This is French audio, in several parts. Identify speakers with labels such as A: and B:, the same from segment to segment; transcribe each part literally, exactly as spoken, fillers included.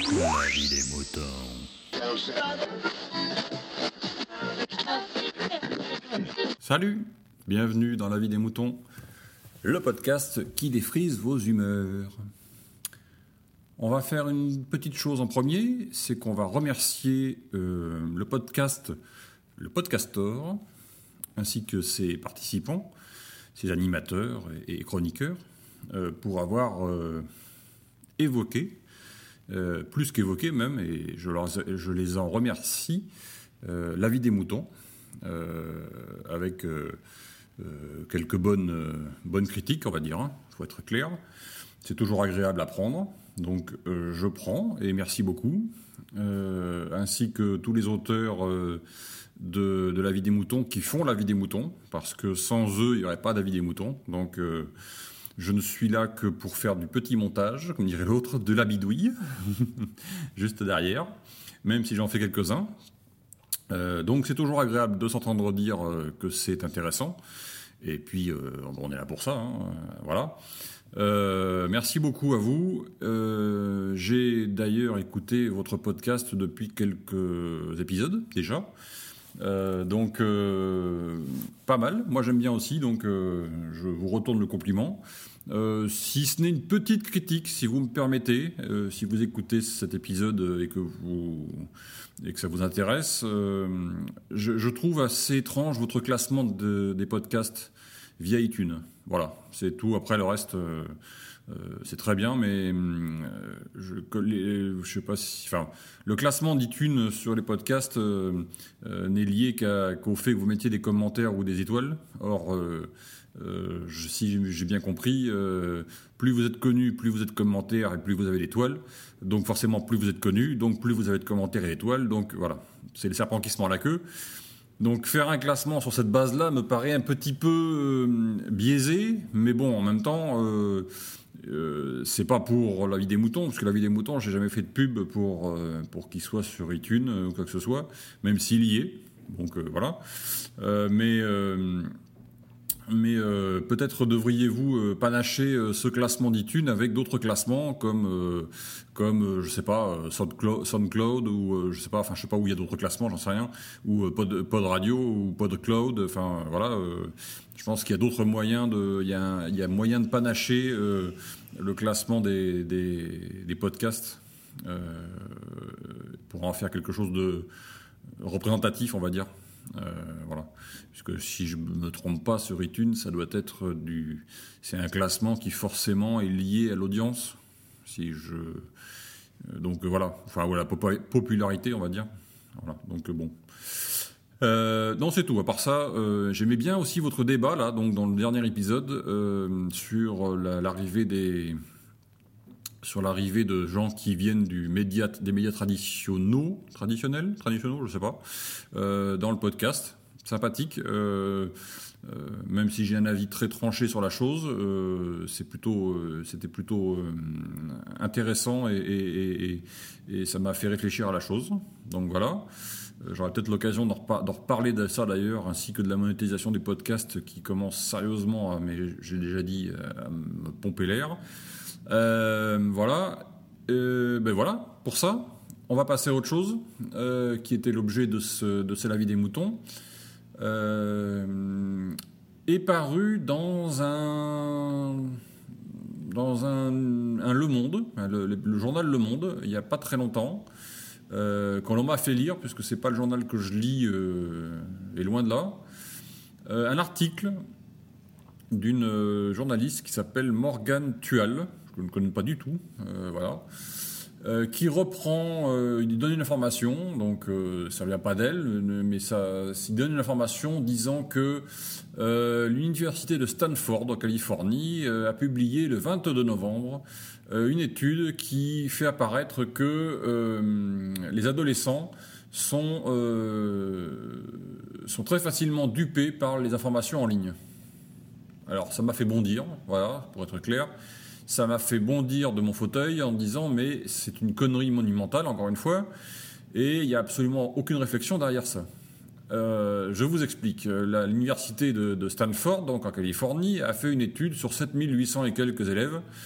A: La vie des moutons. Salut, bienvenue dans La vie des moutons, le podcast qui défrise vos humeurs. On va faire une petite chose en premier, c'est qu'on va remercier euh, le podcast, le podcastor, ainsi que ses participants, ses animateurs et, et chroniqueurs, euh, pour avoir euh, évoqué, euh, plus qu'évoqué même, et je, leur, je les en remercie, euh, La vie des moutons, euh, avec euh, euh, quelques bonnes, euh, bonnes critiques, on va dire, hein, faut être clair. C'est toujours agréable à prendre, donc euh, je prends, et merci beaucoup, euh, ainsi que tous les auteurs euh, de, de La vie des moutons qui font La vie des moutons, parce que sans eux, il n'y aurait pas La vie des moutons, donc euh, je ne suis là que pour faire du petit montage, comme dirait l'autre, de la bidouille, juste derrière, même si j'en fais quelques-uns. Euh, donc c'est toujours agréable de s'entendre dire euh, que c'est intéressant, et puis euh, on est là pour ça, hein, voilà. Euh, merci beaucoup à vous. Euh, j'ai d'ailleurs écouté votre podcast depuis quelques épisodes déjà, euh, donc euh, pas mal. Moi j'aime bien aussi, donc euh, je vous retourne le compliment. Euh, si ce n'est une petite critique, si vous me permettez, euh, si vous écoutez cet épisode et que vous et que ça vous intéresse, euh, je, je trouve assez étrange votre classement de, des podcasts via iTunes. Voilà, c'est tout. Après le reste, euh, euh, c'est très bien, mais euh, je, les, je sais pas si, enfin, le classement d'iTunes sur les podcasts euh, euh, n'est lié qu'à, qu'au fait que vous mettiez des commentaires ou des étoiles. Or, euh, euh, je, si j'ai bien compris, euh, plus vous êtes connu, plus vous êtes commentaires et plus vous avez d'étoiles. Donc forcément, plus vous êtes connu, donc plus vous avez de commentaires et d'étoiles. Donc voilà, c'est le serpent qui se mord la queue. Donc faire un classement sur cette base-là me paraît un petit peu euh, biaisé, mais bon, en même temps, euh, euh, c'est pas pour La vie des moutons, parce que La vie des moutons, j'ai jamais fait de pub pour euh, pour qu'il soit sur iTunes euh, ou quoi que ce soit, même s'il y est. Donc euh, voilà. Euh, mais euh, mais euh, peut-être devriez-vous euh, panacher euh, ce classement d'iTunes avec d'autres classements comme euh, comme euh, je sais pas euh, SoundCloud, SoundCloud ou euh, je sais pas, enfin je sais pas où il y a d'autres classements, j'en sais rien, ou euh, Pod, Pod Radio ou PodCloud, enfin voilà, euh, je pense qu'il y a d'autres moyens de, il y a un, il y a moyen de panacher euh, le classement des des, des podcasts euh, pour en faire quelque chose de représentatif, on va dire. Euh, voilà, puisque si je me trompe pas sur iTunes, ça doit être du, c'est un classement qui forcément est lié à l'audience. Si je, donc voilà, enfin voilà, popularité, on va dire. Voilà, donc bon. Euh, non, c'est tout. À part ça, euh, j'aimais bien aussi votre débat là, donc dans le dernier épisode euh, sur la, l'arrivée des sur l'arrivée de gens qui viennent du média, des médias traditionnels, traditionnels, traditionnels, je sais pas, euh, dans le podcast. Sympathique, euh, euh, même si j'ai un avis très tranché sur la chose, euh, c'est plutôt, euh, c'était plutôt euh, intéressant et, et, et, et ça m'a fait réfléchir à la chose. Donc voilà. J'aurai peut-être l'occasion d'en, repar- d'en reparler de ça d'ailleurs, ainsi que de la monétisation des podcasts qui commence sérieusement, à, mais j'ai déjà dit, à me pomper l'air. Euh, voilà, euh, ben voilà, pour ça, on va passer à autre chose, euh, qui était l'objet de ce, de C'est la vie des moutons, euh, est paru dans un, dans un, un Le Monde, le, le, le journal Le Monde, il n'y a pas très longtemps, euh, qu'on m'a fait lire, puisque c'est pas le journal que je lis, euh, et loin de là, euh, un article d'une euh, journaliste qui s'appelle Morgane Tual, je ne connais pas du tout, euh, voilà, euh, qui reprend, euh, il donne une information, donc euh, ça vient pas d'elle, mais ça, il donne une information disant que euh, l'université de Stanford en Californie euh, a publié le vingt-deux novembre euh, une étude qui fait apparaître que euh, les adolescents sont euh, sont très facilement dupés par les informations en ligne. Alors ça m'a fait bondir, voilà, pour être clair. Ça m'a fait bondir de mon fauteuil en me disant mais c'est une connerie monumentale, encore une fois, et il n'y a absolument aucune réflexion derrière ça. Euh, je vous explique. La, l'université de, de Stanford, donc en Californie, a fait une étude sur sept mille huit cents et quelques élèves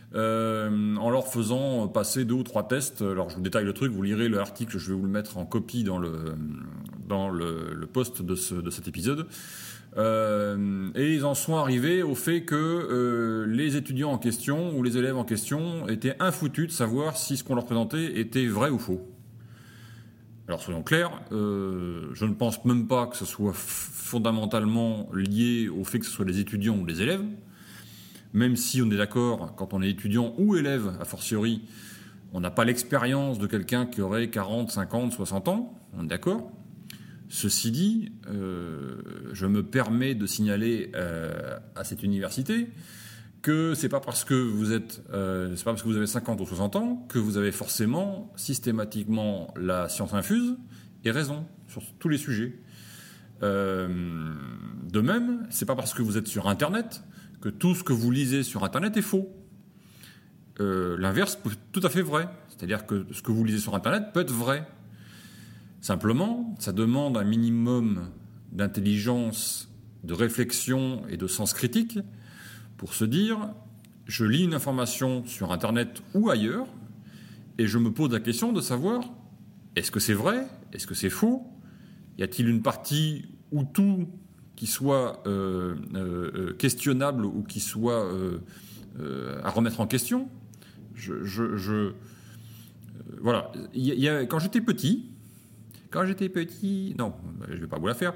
A: euh, en leur faisant passer deux ou trois tests. Alors je vous détaille le truc, vous lirez l'article, je vais vous le mettre en copie dans le, dans le, le post de, ce, de cet épisode. Euh, et ils en sont arrivés au fait que euh, les étudiants en question ou les élèves en question étaient infoutus de savoir si ce qu'on leur présentait était vrai ou faux. Alors soyons clairs, euh, je ne pense même pas que ce soit f- fondamentalement lié au fait que ce soit les étudiants ou les élèves, même si on est d'accord, quand on est étudiant ou élève, a fortiori, on n'a pas l'expérience de quelqu'un qui aurait quarante, cinquante, soixante ans, on est d'accord. Ceci dit, euh, je me permets de signaler euh, à cette université que c'est pas parce que vous êtes, euh, c'est pas parce que vous avez cinquante ou soixante ans que vous avez forcément systématiquement la science infuse et raison sur tous les sujets. Euh, de même, c'est pas parce que vous êtes sur Internet que tout ce que vous lisez sur Internet est faux. Euh, l'inverse peut être tout à fait vrai, c'est-à-dire que ce que vous lisez sur Internet peut être vrai. Simplement, ça demande un minimum d'intelligence, de réflexion et de sens critique pour se dire, je lis une information sur Internet ou ailleurs, et je me pose la question de savoir, est-ce que c'est vrai? Est-ce que c'est faux? Y a-t-il une partie ou tout qui soit euh, euh, questionnable ou qui soit euh, euh, à remettre en question? je, je, je, euh, Voilà. Y a, y a, quand j'étais petit, quand j'étais petit, non, je ne vais pas vous la faire,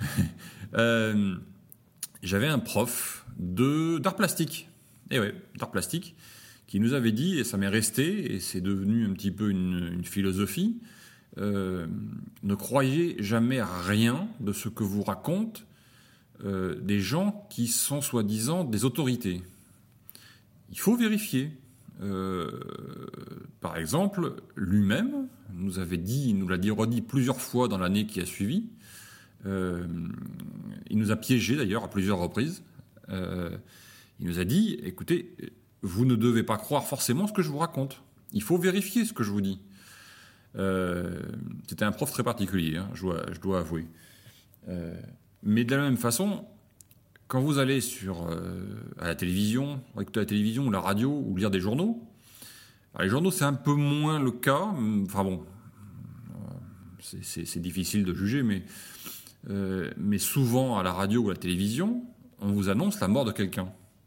A: euh, j'avais un prof de, d'art plastique, et ouais, d'art plastique, qui nous avait dit, et ça m'est resté, et c'est devenu un petit peu une, une philosophie, euh, ne croyez jamais à rien de ce que vous racontent euh, des gens qui sont soi-disant des autorités. Il faut vérifier. Euh, par exemple, lui-même nous avait dit, il nous l'a dit, redit plusieurs fois dans l'année qui a suivi. Euh, il nous a piégés d'ailleurs à plusieurs reprises. Euh, il nous a dit, écoutez, vous ne devez pas croire forcément ce que je vous raconte. Il faut vérifier ce que je vous dis. Euh, c'était un prof très particulier, hein, je, dois, je dois avouer. Euh, mais de la même façon, quand vous allez sur, euh, à la télévision, écouter la télévision ou la radio ou lire des journaux, alors les journaux c'est un peu moins le cas, enfin bon, c'est, c'est, c'est difficile de juger, mais, euh, mais souvent à la radio ou à la télévision, on vous annonce la mort de quelqu'un.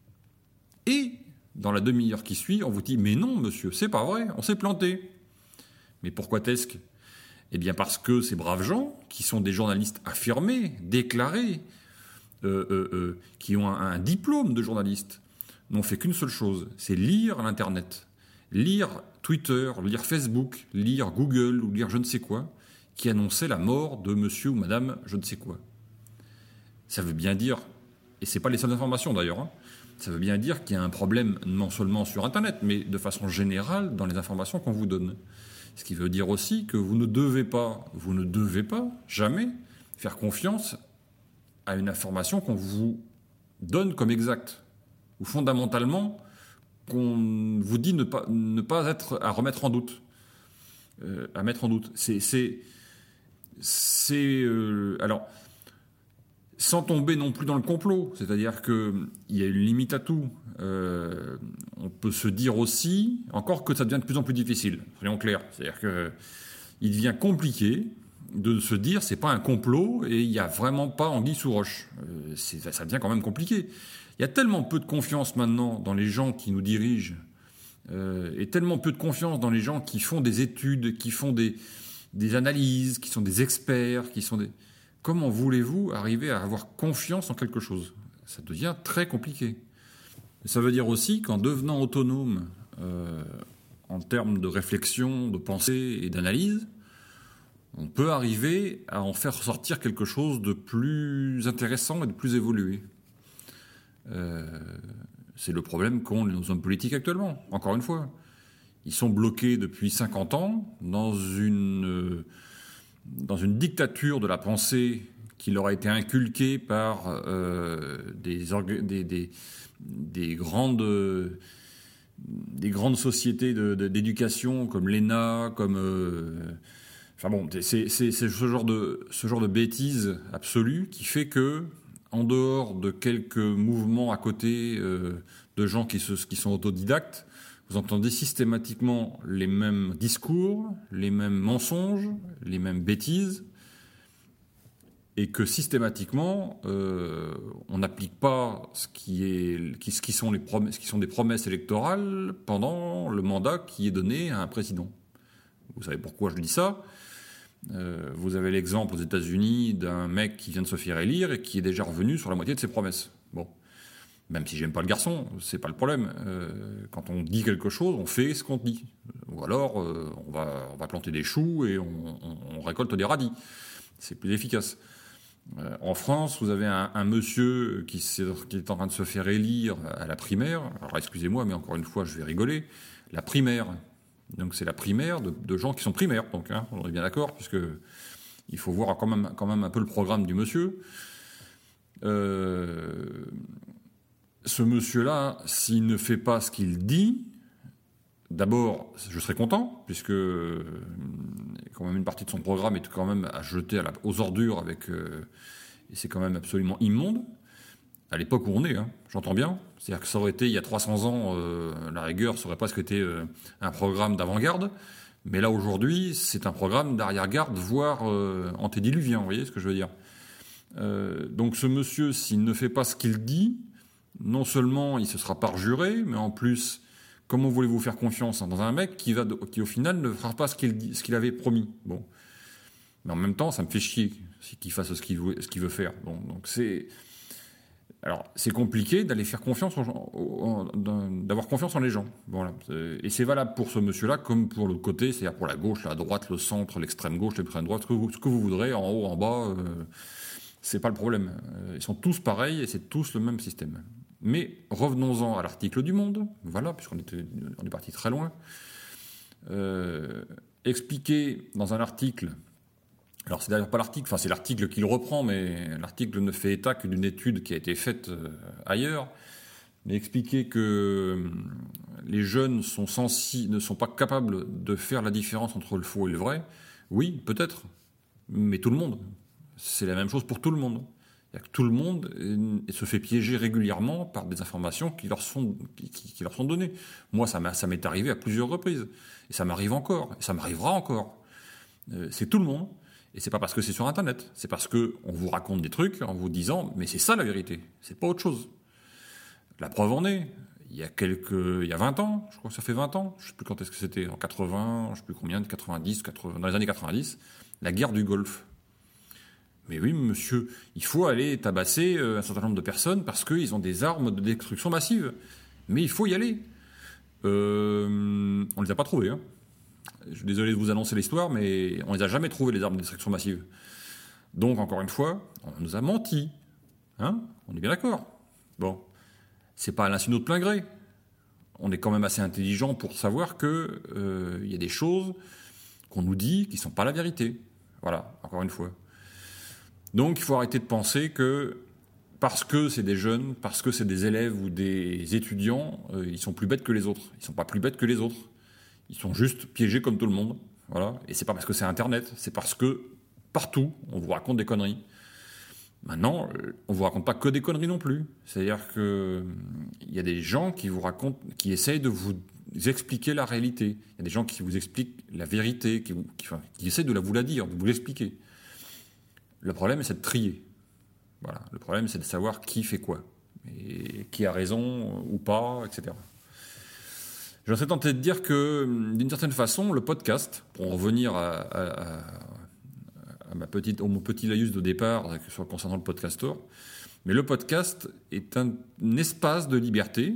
A: Et dans la demi-heure qui suit, on vous dit « Mais non, monsieur, c'est pas vrai, on s'est planté ». Mais pourquoi est-ce que ? Eh bien parce que ces braves gens, qui sont des journalistes affirmés, déclarés, euh, euh, euh, qui ont un, un diplôme de journaliste, n'ont fait qu'une seule chose, c'est lire l'Internet, lire Twitter, lire Facebook, lire Google ou lire je ne sais quoi, qui annonçait la mort de monsieur ou madame je ne sais quoi. Ça veut bien dire, et c'est pas les seules informations d'ailleurs, hein, ça veut bien dire qu'il y a un problème non seulement sur Internet, mais de façon générale dans les informations qu'on vous donne. Ce qui veut dire aussi que vous ne devez pas, vous ne devez pas, jamais, faire confiance à une information qu'on vous donne comme exacte, ou fondamentalement qu'on vous dit ne pas, ne pas être à remettre en doute. Euh, à mettre en doute. C'est... c'est, c'est euh, alors... sans tomber non plus dans le complot, c'est-à-dire qu'il y a une limite à tout. Euh, on peut se dire aussi, encore que ça devient de plus en plus difficile, soyons clairs, c'est-à-dire qu'il devient compliqué de se dire c'est pas un complot et il n'y a vraiment pas anguille sous roche. Euh, c'est, ça devient quand même compliqué. Il y a tellement peu de confiance maintenant dans les gens qui nous dirigent euh, et tellement peu de confiance dans les gens qui font des études, qui font des, des analyses, qui sont des experts, qui sont des... Comment voulez-vous arriver à avoir confiance en quelque chose ? Ça devient très compliqué. Ça veut dire aussi qu'en devenant autonome euh, en termes de réflexion, de pensée et d'analyse, on peut arriver à en faire sortir quelque chose de plus intéressant et de plus évolué. Euh, c'est le problème qu'ont nos hommes politiques actuellement, encore une fois. Ils sont bloqués depuis cinquante ans dans une... Euh, dans une dictature de la pensée qui leur a été inculquée par euh, des, orga- des, des, des, grandes, des grandes sociétés de, de, d'éducation comme l'E N A, comme... Euh, enfin bon, c'est, c'est, c'est ce genre de, ce genre de bêtises absolues qui fait que, en dehors de quelques mouvements à côté euh, de gens qui, se, qui sont autodidactes, vous entendez systématiquement les mêmes discours, les mêmes mensonges, les mêmes bêtises, et que systématiquement, euh, on n'applique pas ce qui, est, qui, ce, qui sont les promesses, ce qui sont des promesses électorales pendant le mandat qui est donné à un président. Vous savez pourquoi je dis ça ? euh, Vous avez l'exemple aux États-Unis d'un mec qui vient de se faire élire et qui est déjà revenu sur la moitié de ses promesses. Bon, même si j'aime pas le garçon, c'est pas le problème. Euh, quand on dit quelque chose, on fait ce qu'on dit. Ou alors, euh, on, va, on va planter des choux et on, on, on récolte des radis. C'est plus efficace. Euh, en France, vous avez un, un monsieur qui, qui est en train de se faire élire à la primaire. Alors, excusez-moi, mais encore une fois, je vais rigoler. La primaire. Donc, c'est la primaire de, de gens qui sont primaires. Donc, hein, on est bien d'accord, puisque il faut voir quand même, quand même un peu le programme du monsieur. Euh, ce monsieur-là, s'il ne fait pas ce qu'il dit, d'abord, je serais content, puisque euh, quand même une partie de son programme est quand même à jeter à la, aux ordures, avec, euh, et c'est quand même absolument immonde, à l'époque où on est, hein, j'entends bien. C'est-à-dire que ça aurait été, il y a trois cents ans, euh, la rigueur, ça aurait presque été euh, un programme d'avant-garde, mais là, aujourd'hui, c'est un programme d'arrière-garde, voire euh, antédiluvien, vous voyez ce que je veux dire. Euh, donc ce monsieur, s'il ne fait pas ce qu'il dit, non seulement il se sera parjuré, mais en plus... Comment voulez-vous faire confiance dans un mec qui, va, qui au final, ne fera pas ce qu'il, ce qu'il avait promis ? Bon. Mais en même temps, ça me fait chier qu'il fasse ce qu'il veut, ce qu'il veut faire. Bon, donc c'est... Alors, c'est compliqué d'aller faire confiance aux gens, d'avoir confiance en les gens. Voilà. Et c'est valable pour ce monsieur-là comme pour l'autre côté, c'est-à-dire pour la gauche, la droite, le centre, l'extrême gauche, l'extrême droite, ce que vous, ce que vous voudrez, en haut, en bas, euh, c'est pas le problème. Ils sont tous pareils et c'est tous le même système. Mais revenons-en à l'article du Monde, voilà, puisqu'on était, on est parti très loin. Euh, expliquer dans un article, alors c'est d'ailleurs pas l'article, enfin c'est l'article qui le reprend, mais l'article ne fait état que d'une étude qui a été faite euh, ailleurs, mais expliquer que les jeunes sont sensi, ne sont pas capables de faire la différence entre le faux et le vrai, oui, peut-être, mais tout le monde. C'est la même chose pour tout le monde. Tout le monde se fait piéger régulièrement par des informations qui leur sont, qui, qui leur sont données. Moi, ça, m'a, ça m'est arrivé à plusieurs reprises. Et ça m'arrive encore. Et ça m'arrivera encore. Euh, c'est tout le monde. Et c'est pas parce que c'est sur Internet. C'est parce qu'on vous raconte des trucs en vous disant « mais c'est ça la vérité. C'est pas autre chose ». La preuve en est. Il y a quelques, il y a vingt ans, je crois que ça fait vingt ans, je sais plus quand est-ce que c'était, en quatre-vingts, je sais plus combien, quatre-vingt-dix, quatre-vingts, dans les années quatre-vingt-dix, la guerre du Golfe. Mais oui, monsieur, il faut aller tabasser un certain nombre de personnes parce qu'ils ont des armes de destruction massive. Mais il faut y aller. Euh, on ne les a pas trouvées. Hein. Je suis désolé de vous annoncer l'histoire, mais on ne les a jamais trouvées, les armes de destruction massive. Donc, encore une fois, on nous a menti. Hein, on est bien d'accord. Bon, c'est pas à l'insu de notre plein gré. On est quand même assez intelligent pour savoir qu'il euh, y a des choses qu'on nous dit qui ne sont pas la vérité. Voilà, encore une fois. Donc il faut arrêter de penser que parce que c'est des jeunes, parce que c'est des élèves ou des étudiants, euh, ils sont plus bêtes que les autres. Ils sont pas plus bêtes que les autres. Ils sont juste piégés comme tout le monde. Voilà. Et c'est pas parce que c'est Internet, c'est parce que partout on vous raconte des conneries. Maintenant, on vous raconte pas que des conneries non plus. C'est-à-dire que il y a des gens qui vous racontent, qui essayent de vous expliquer la réalité. Il y a des gens qui vous expliquent la vérité, qui, vous, qui, enfin, qui essayent de la vous la dire, de vous l'expliquer. Le problème, c'est de trier. Voilà. Le problème, c'est de savoir qui fait quoi, et qui a raison ou pas, et cetera. Je serais tenté de dire que, d'une certaine façon, le podcast, pour en revenir à, à, à ma petite, au mon petit laïus de départ concernant le podcaster, mais le podcast est un, un espace de liberté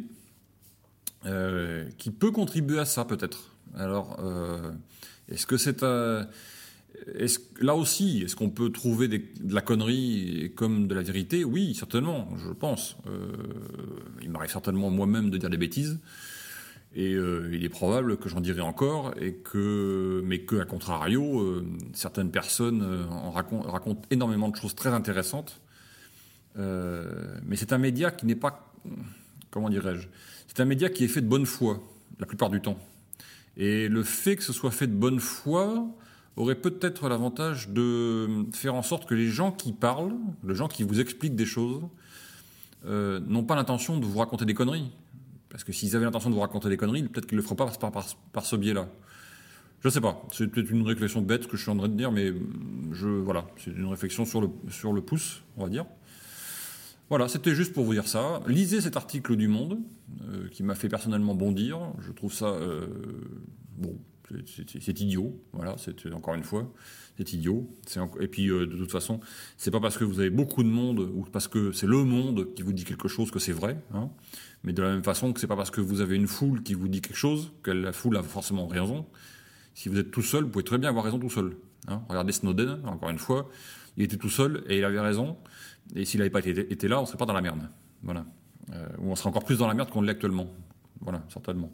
A: euh, qui peut contribuer à ça, peut-être. Alors, euh, est-ce que c'est un... Est-ce, là aussi, est-ce qu'on peut trouver des, de la connerie comme de la vérité ? Oui, certainement, je pense. Euh, il m'arrive certainement moi-même de dire des bêtises, et euh, il est probable que j'en dirai encore, et que, mais qu'à contrario, euh, certaines personnes en racontent, racontent énormément de choses très intéressantes. Euh, mais c'est un média qui n'est pas, comment dirais-je, c'est un média qui est fait de bonne foi, la plupart du temps. Et le fait que ce soit fait de bonne foi aurait peut-être l'avantage de faire en sorte que les gens qui parlent, les gens qui vous expliquent des choses, euh, n'ont pas l'intention de vous raconter des conneries. Parce que s'ils avaient l'intention de vous raconter des conneries, peut-être qu'ils ne le feront pas par, par, par ce biais-là. Je sais pas, c'est peut-être une réflexion bête ce que je suis en train de dire, mais je, voilà, c'est une réflexion sur le, sur le pouce, on va dire. Voilà, c'était juste pour vous dire ça. Lisez cet article du Monde, euh, qui m'a fait personnellement bondir. Je trouve ça, euh, bon, c'est, c'est, c'est idiot. Voilà, c'est encore une fois, c'est idiot. C'est en... Et puis, euh, de toute façon, c'est pas parce que vous avez beaucoup de monde ou parce que c'est le monde qui vous dit quelque chose que c'est vrai. Hein. Mais de la même façon que c'est pas parce que vous avez une foule qui vous dit quelque chose que la foule a forcément raison. Si vous êtes tout seul, vous pouvez très bien avoir raison tout seul. Hein. Regardez Snowden, encore une fois, il était tout seul et il avait raison. Et s'il n'avait pas été, été là, on ne serait pas dans la merde. Voilà. Euh, ou on serait encore plus dans la merde qu'on l'est actuellement. Voilà, certainement.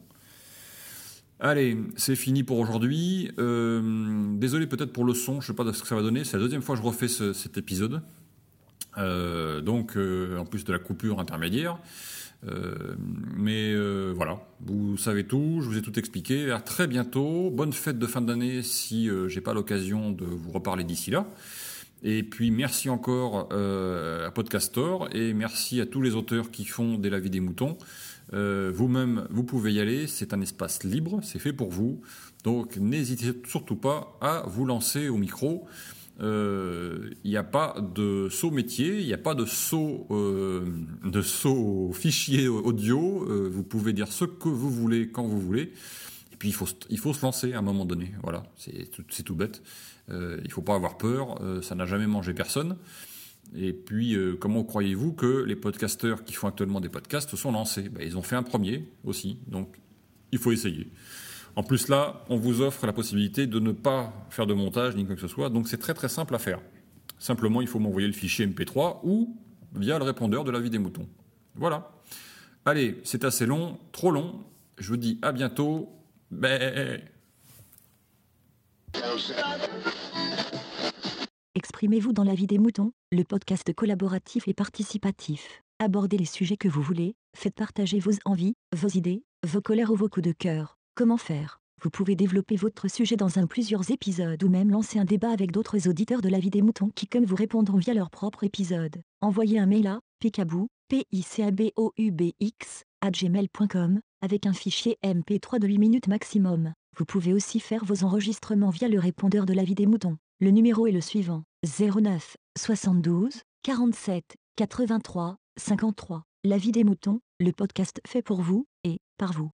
A: Allez, c'est fini pour aujourd'hui. Euh, désolé peut-être pour le son, je ne sais pas ce que ça va donner. C'est la deuxième fois que je refais ce, cet épisode. Euh, donc, euh, en plus de la coupure intermédiaire. Euh, mais euh, voilà, vous savez tout, je vous ai tout expliqué. À très bientôt. Bonne fête de fin d'année si euh, j'ai pas l'occasion de vous reparler d'ici là. Et puis merci encore euh, à Podcastor et merci à tous les auteurs qui font des La Vie des Moutons. Euh, vous-même, vous pouvez y aller, c'est un espace libre, c'est fait pour vous. Donc n'hésitez surtout pas à vous lancer au micro. Il euh, n'y a pas de saut métier, il n'y a pas de saut, euh, de saut fichier audio. Euh, vous pouvez dire ce que vous voulez quand vous voulez. Et puis il faut, il faut se lancer à un moment donné. Voilà, c'est tout, c'est tout bête. Euh, il ne faut pas avoir peur, euh, ça n'a jamais mangé personne. Et puis, euh, comment croyez-vous que les podcasteurs qui font actuellement des podcasts se sont lancés? Ben, ils ont fait un premier aussi, donc il faut essayer. En plus là, on vous offre la possibilité de ne pas faire de montage ni quoi que ce soit, donc c'est très très simple à faire. Simplement, il faut m'envoyer le fichier M P trois ou via le répondeur de La Vie des Moutons. Voilà. Allez, c'est assez long, trop long. Je vous dis à bientôt. Ben...
B: Exprimez-vous dans La Vie des Moutons, le podcast collaboratif et participatif. Abordez les sujets que vous voulez, faites partager vos envies, vos idées, vos colères ou vos coups de cœur. Comment faire? Vous pouvez développer votre sujet dans un plusieurs épisodes ou même lancer un débat avec d'autres auditeurs de La Vie des Moutons qui comme vous répondront via leur propre épisode. Envoyez un mail à picaboo, p i c a b o u b x, arobase gmail point com, avec un fichier M P trois de huit minutes maximum. Vous pouvez aussi faire vos enregistrements via le répondeur de La Vie des Moutons. Le numéro est le suivant, zéro neuf soixante-douze quarante-sept quatre-vingt-trois cinquante-trois. La Vie des Moutons, le podcast fait pour vous et par vous.